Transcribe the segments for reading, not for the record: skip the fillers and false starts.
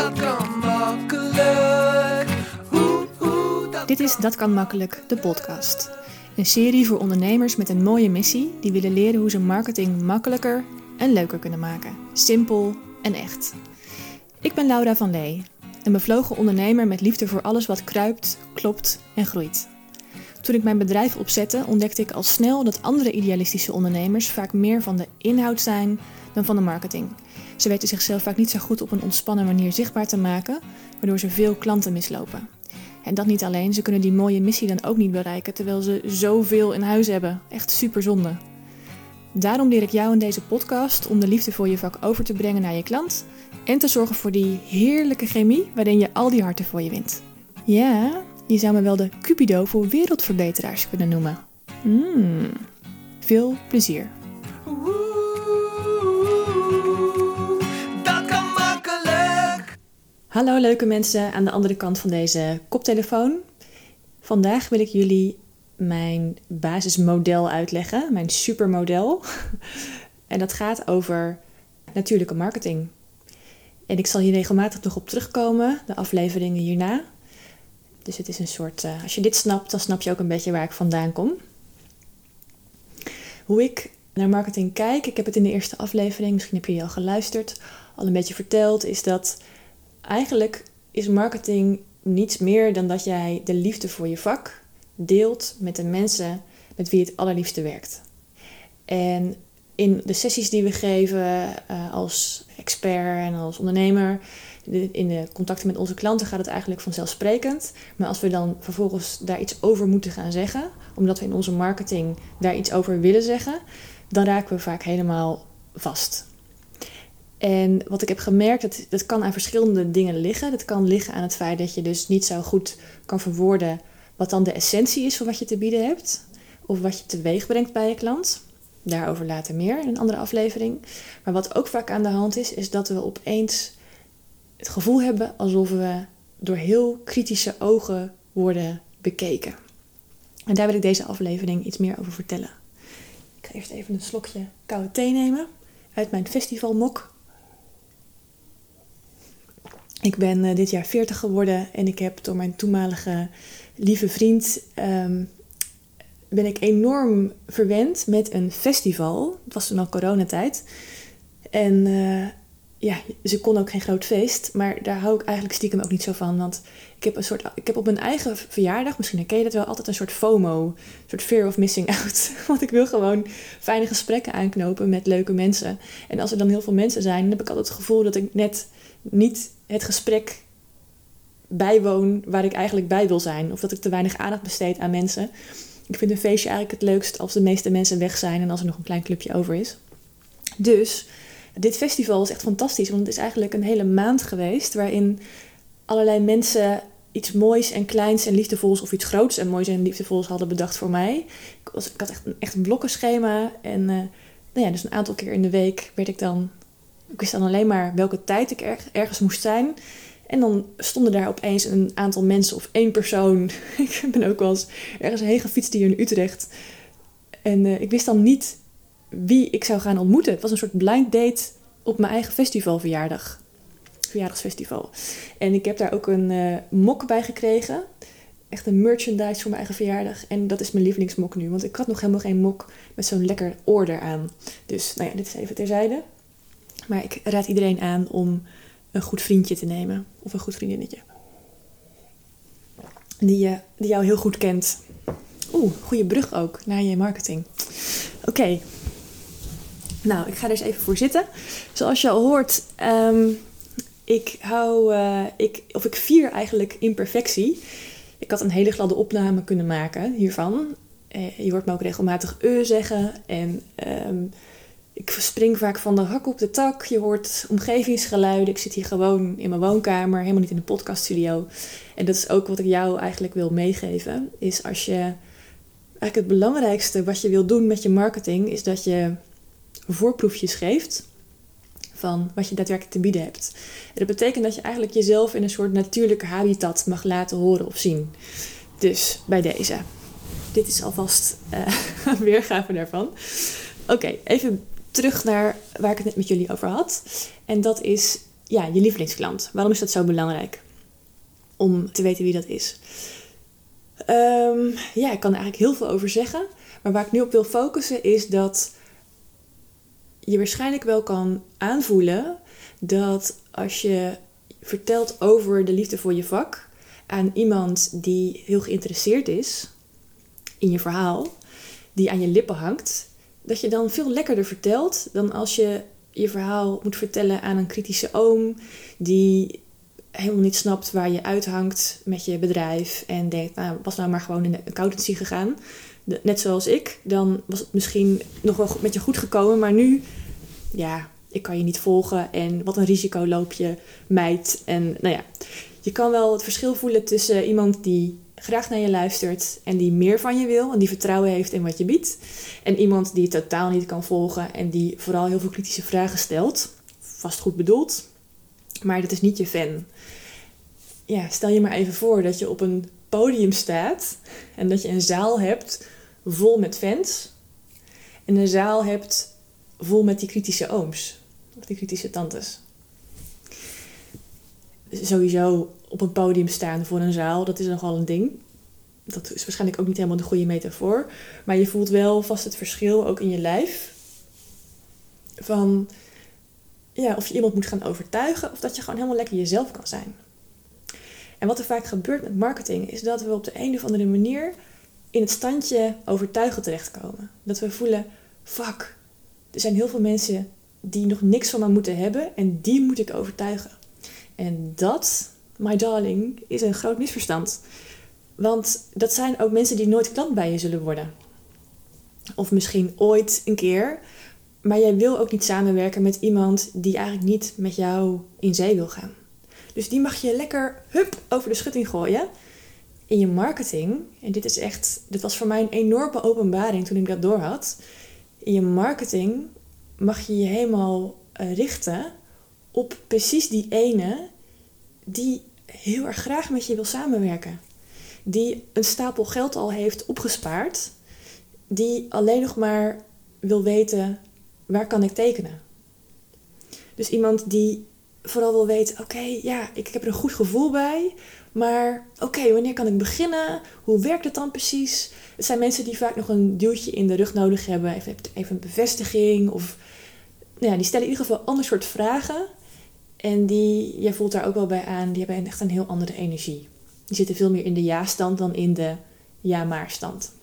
dat kan makkelijk. Dit is Dat kan makkelijk, de podcast. Een serie voor ondernemers met een mooie missie die willen leren hoe ze marketing makkelijker en leuker kunnen maken. Simpel en echt. Ik ben Laura van Lee, een bevlogen ondernemer met liefde voor alles wat kruipt, klopt en groeit. Toen ik mijn bedrijf opzette, ontdekte ik al snel dat andere idealistische ondernemers vaak meer van de inhoud zijn dan van de marketing. Ze weten zichzelf vaak niet zo goed op een ontspannen manier zichtbaar te maken, waardoor ze veel klanten mislopen. En dat niet alleen, ze kunnen die mooie missie dan ook niet bereiken, terwijl ze zoveel in huis hebben. Echt super zonde. Daarom leer ik jou in deze podcast om de liefde voor je vak over te brengen naar je klant en te zorgen voor die heerlijke chemie waarin je al die harten voor je wint. Ja, je zou me wel de Cupido voor wereldverbeteraars kunnen noemen. Veel plezier. Dat kan makkelijk. Hallo leuke mensen aan de andere kant van deze koptelefoon. Vandaag wil ik jullie mijn basismodel uitleggen, mijn supermodel. En dat gaat over natuurlijke marketing. En ik zal hier regelmatig nog op terugkomen, de afleveringen hierna. Dus het is een soort, als je dit snapt, dan snap je ook een beetje waar ik vandaan kom. Hoe ik naar marketing kijk, ik heb het in de eerste aflevering, misschien heb je die al geluisterd, al een beetje verteld, is dat eigenlijk is marketing niets meer dan dat jij de liefde voor je vak deelt met de mensen met wie je het allerliefste werkt. En in de sessies die we geven als expert en als ondernemer, in de contacten met onze klanten gaat het eigenlijk vanzelfsprekend. Maar als we dan vervolgens daar iets over moeten gaan zeggen, omdat we in onze marketing daar iets over willen zeggen, dan raken we vaak helemaal vast. En wat ik heb gemerkt, dat kan aan verschillende dingen liggen. Dat kan liggen aan het feit dat je dus niet zo goed kan verwoorden wat dan de essentie is van wat je te bieden hebt. Of wat je teweeg brengt bij je klant. Daarover later meer in een andere aflevering. Maar wat ook vaak aan de hand is dat we opeens het gevoel hebben alsof we door heel kritische ogen worden bekeken. En daar wil ik deze aflevering iets meer over vertellen. Ik ga eerst even een slokje koude thee nemen uit mijn festivalmok. Ik ben dit jaar 40 geworden en ik heb door mijn toenmalige lieve vriend ben ik enorm verwend met een festival. Het was toen al coronatijd. En ze kon ook geen groot feest. Maar daar hou ik eigenlijk stiekem ook niet zo van. Want ik heb op mijn eigen verjaardag, misschien herken je dat wel, altijd een soort FOMO. Een soort fear of missing out. Want ik wil gewoon fijne gesprekken aanknopen met leuke mensen. En als er dan heel veel mensen zijn, dan heb ik altijd het gevoel dat ik net niet het gesprek bijwoon waar ik eigenlijk bij wil zijn. Of dat ik te weinig aandacht besteed aan mensen. Ik vind een feestje eigenlijk het leukst als de meeste mensen weg zijn en als er nog een klein clubje over is. Dus dit festival is echt fantastisch, want het is eigenlijk een hele maand geweest waarin allerlei mensen iets moois en kleins en liefdevols of iets groots en moois en liefdevols hadden bedacht voor mij. Ik had echt een blokkenschema en dus een aantal keer in de week ik wist dan alleen maar welke tijd ik ergens moest zijn. En dan stonden daar opeens een aantal mensen of één persoon. Ik ben ook wel eens ergens heen gefietst hier in Utrecht. En ik wist dan niet wie ik zou gaan ontmoeten. Het was een soort blind date op mijn eigen verjaardagsfestival. En ik heb daar ook een mok bij gekregen. Echt een merchandise voor mijn eigen verjaardag. En dat is mijn lievelingsmok nu. Want ik had nog helemaal geen mok met zo'n lekker oor eraan. Dus dit is even terzijde. Maar ik raad iedereen aan om een goed vriendje te nemen. Of een goed vriendinnetje. Die jou heel goed kent. Goede brug ook naar je marketing. Oké. Nou, ik ga er eens even voor zitten. Zoals je al hoort, ik vier eigenlijk imperfectie. Ik had een hele gladde opname kunnen maken hiervan. Je hoort me ook regelmatig zeggen. En ik spring vaak van de hak op de tak. Je hoort omgevingsgeluiden. Ik zit hier gewoon in mijn woonkamer, helemaal niet in een podcaststudio. En dat is ook wat ik jou eigenlijk wil meegeven. Is als je eigenlijk het belangrijkste wat je wil doen met je marketing, is dat je voorproefjes geeft van wat je daadwerkelijk te bieden hebt. En dat betekent dat je eigenlijk jezelf in een soort natuurlijke habitat mag laten horen of zien. Dus bij deze. Dit is alvast een weergave daarvan. Oké, even terug naar waar ik het net met jullie over had. En dat is je lievelingsklant. Waarom is dat zo belangrijk? Om te weten wie dat is. Ik kan er eigenlijk heel veel over zeggen. Maar waar ik nu op wil focussen is dat je waarschijnlijk wel kan aanvoelen dat als je vertelt over de liefde voor je vak aan iemand die heel geïnteresseerd is in je verhaal, die aan je lippen hangt, dat je dan veel lekkerder vertelt dan als je je verhaal moet vertellen aan een kritische oom die helemaal niet snapt waar je uithangt met je bedrijf en denkt, nou, was nou maar gewoon in de accountancy gegaan. Net zoals ik, dan was het misschien nog wel met je goed gekomen, maar nu, ik kan je niet volgen en wat een risico loop je, meid. En je kan wel het verschil voelen tussen iemand die graag naar je luistert en die meer van je wil en die vertrouwen heeft in wat je biedt. En iemand die je totaal niet kan volgen en die vooral heel veel kritische vragen stelt. Vast goed bedoeld, maar dat is niet je fan. Ja, stel je maar even voor dat je op een podium staat en dat je een zaal hebt vol met fans en een zaal hebt vol met die kritische ooms of die kritische tantes. Sowieso op een podium staan voor een zaal, dat is nogal een ding. Dat is waarschijnlijk ook niet helemaal de goede metafoor. Maar je voelt wel vast het verschil ook in je lijf. Van of je iemand moet gaan overtuigen of dat je gewoon helemaal lekker jezelf kan zijn. En wat er vaak gebeurt met marketing is dat we op de een of andere manier in het standje overtuigen terechtkomen. Dat we voelen, fuck, er zijn heel veel mensen die nog niks van me moeten hebben en die moet ik overtuigen. En dat, my darling, is een groot misverstand. Want dat zijn ook mensen die nooit klant bij je zullen worden. Of misschien ooit een keer. Maar jij wil ook niet samenwerken met iemand die eigenlijk niet met jou in zee wil gaan. Dus die mag je lekker over de schutting gooien. In je marketing, en dit was voor mij een enorme openbaring toen ik dat doorhad. In je marketing mag je je helemaal richten op precies die ene die heel erg graag met je wil samenwerken. Die een stapel geld al heeft opgespaard. Die alleen nog maar wil weten, waar kan ik tekenen? Dus iemand die vooral wil weten, ik heb er een goed gevoel bij. Maar wanneer kan ik beginnen? Hoe werkt het dan precies? Het zijn mensen die vaak nog een duwtje in de rug nodig hebben. Even een bevestiging. Of die stellen in ieder geval een ander soort vragen. En jij voelt daar ook wel bij aan, die hebben echt een heel andere energie. Die zitten veel meer in de ja-stand dan in de ja-maar-stand.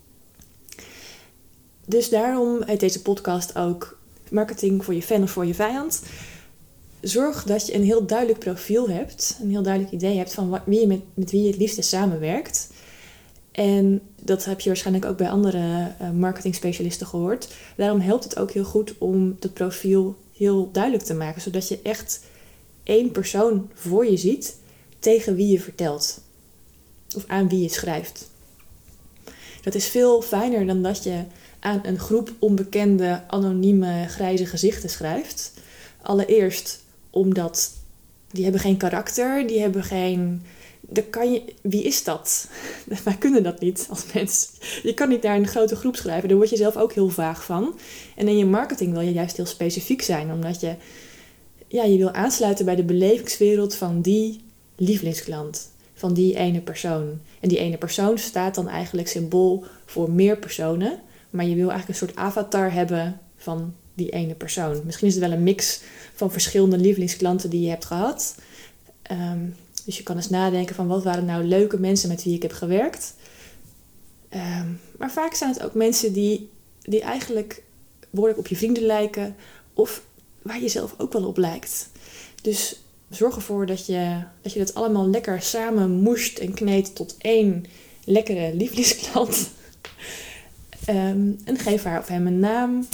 Dus daarom heet deze podcast ook marketing voor je fan of voor je vijand. Zorg dat je een heel duidelijk profiel hebt, een heel duidelijk idee hebt van met wie je het liefste samenwerkt. En dat heb je waarschijnlijk ook bij andere marketing specialisten gehoord. Daarom helpt het ook heel goed om dat profiel heel duidelijk te maken, zodat je echt één persoon voor je ziet tegen wie je vertelt. Of aan wie je schrijft. Dat is veel fijner dan dat je aan een groep onbekende, anonieme, grijze gezichten schrijft. Allereerst omdat die hebben geen karakter, die hebben geen... Wie is dat? Wij kunnen dat niet als mens. Je kan niet naar een grote groep schrijven, daar word je zelf ook heel vaag van. En in je marketing wil je juist heel specifiek zijn, omdat je wil aansluiten bij de belevingswereld van die lievelingsklant. Van die ene persoon. En die ene persoon staat dan eigenlijk symbool voor meer personen. Maar je wil eigenlijk een soort avatar hebben van die ene persoon. Misschien is het wel een mix van verschillende lievelingsklanten die je hebt gehad. Dus je kan eens nadenken van wat waren nou leuke mensen met wie ik heb gewerkt. Maar vaak zijn het ook mensen die eigenlijk behoorlijk op je vrienden lijken. Of waar je zelf ook wel op lijkt. Dus zorg ervoor dat je dat allemaal lekker samen moest en kneedt tot één lekkere lievelingsklant. En geef haar of hem een naam.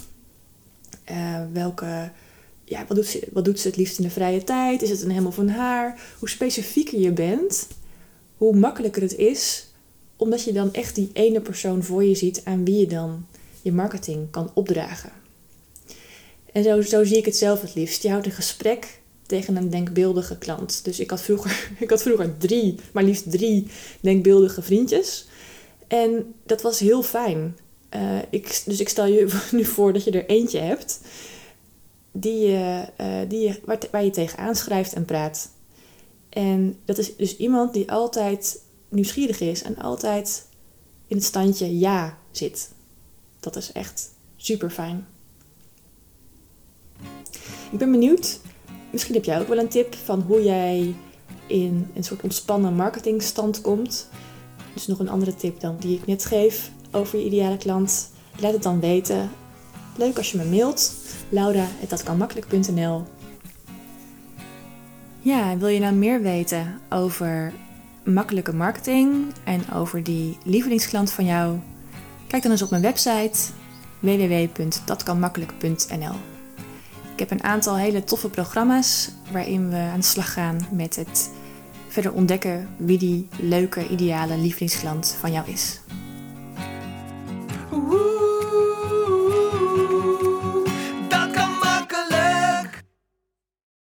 Wat doet ze het liefst in de vrije tijd? Is het een hem of een haar? Hoe specifieker je bent, hoe makkelijker het is, omdat je dan echt die ene persoon voor je ziet aan wie je dan je marketing kan opdragen. En zo zie ik het zelf het liefst. Je houdt een gesprek tegen een denkbeeldige klant. Dus ik had vroeger maar liefst drie denkbeeldige vriendjes. En dat was heel fijn. Dus ik stel je nu voor dat je er eentje hebt. waar je tegen aanschrijft en praat. En dat is dus iemand die altijd nieuwsgierig is en altijd in het standje ja zit. Dat is echt super fijn. Ik ben benieuwd, misschien heb jij ook wel een tip van hoe jij in een soort ontspannen marketingstand komt. Dus nog een andere tip dan die ik net geef over je ideale klant. Laat het dan weten. Leuk als je me mailt. Laura@datkanmakkelijk.nl. Ja, wil je nou meer weten over makkelijke marketing en over die lievelingsklant van jou? Kijk dan eens op mijn website www.datkanmakkelijk.nl. Ik heb een aantal hele toffe programma's waarin we aan de slag gaan met het verder ontdekken wie die leuke, ideale lievelingsklant van jou is.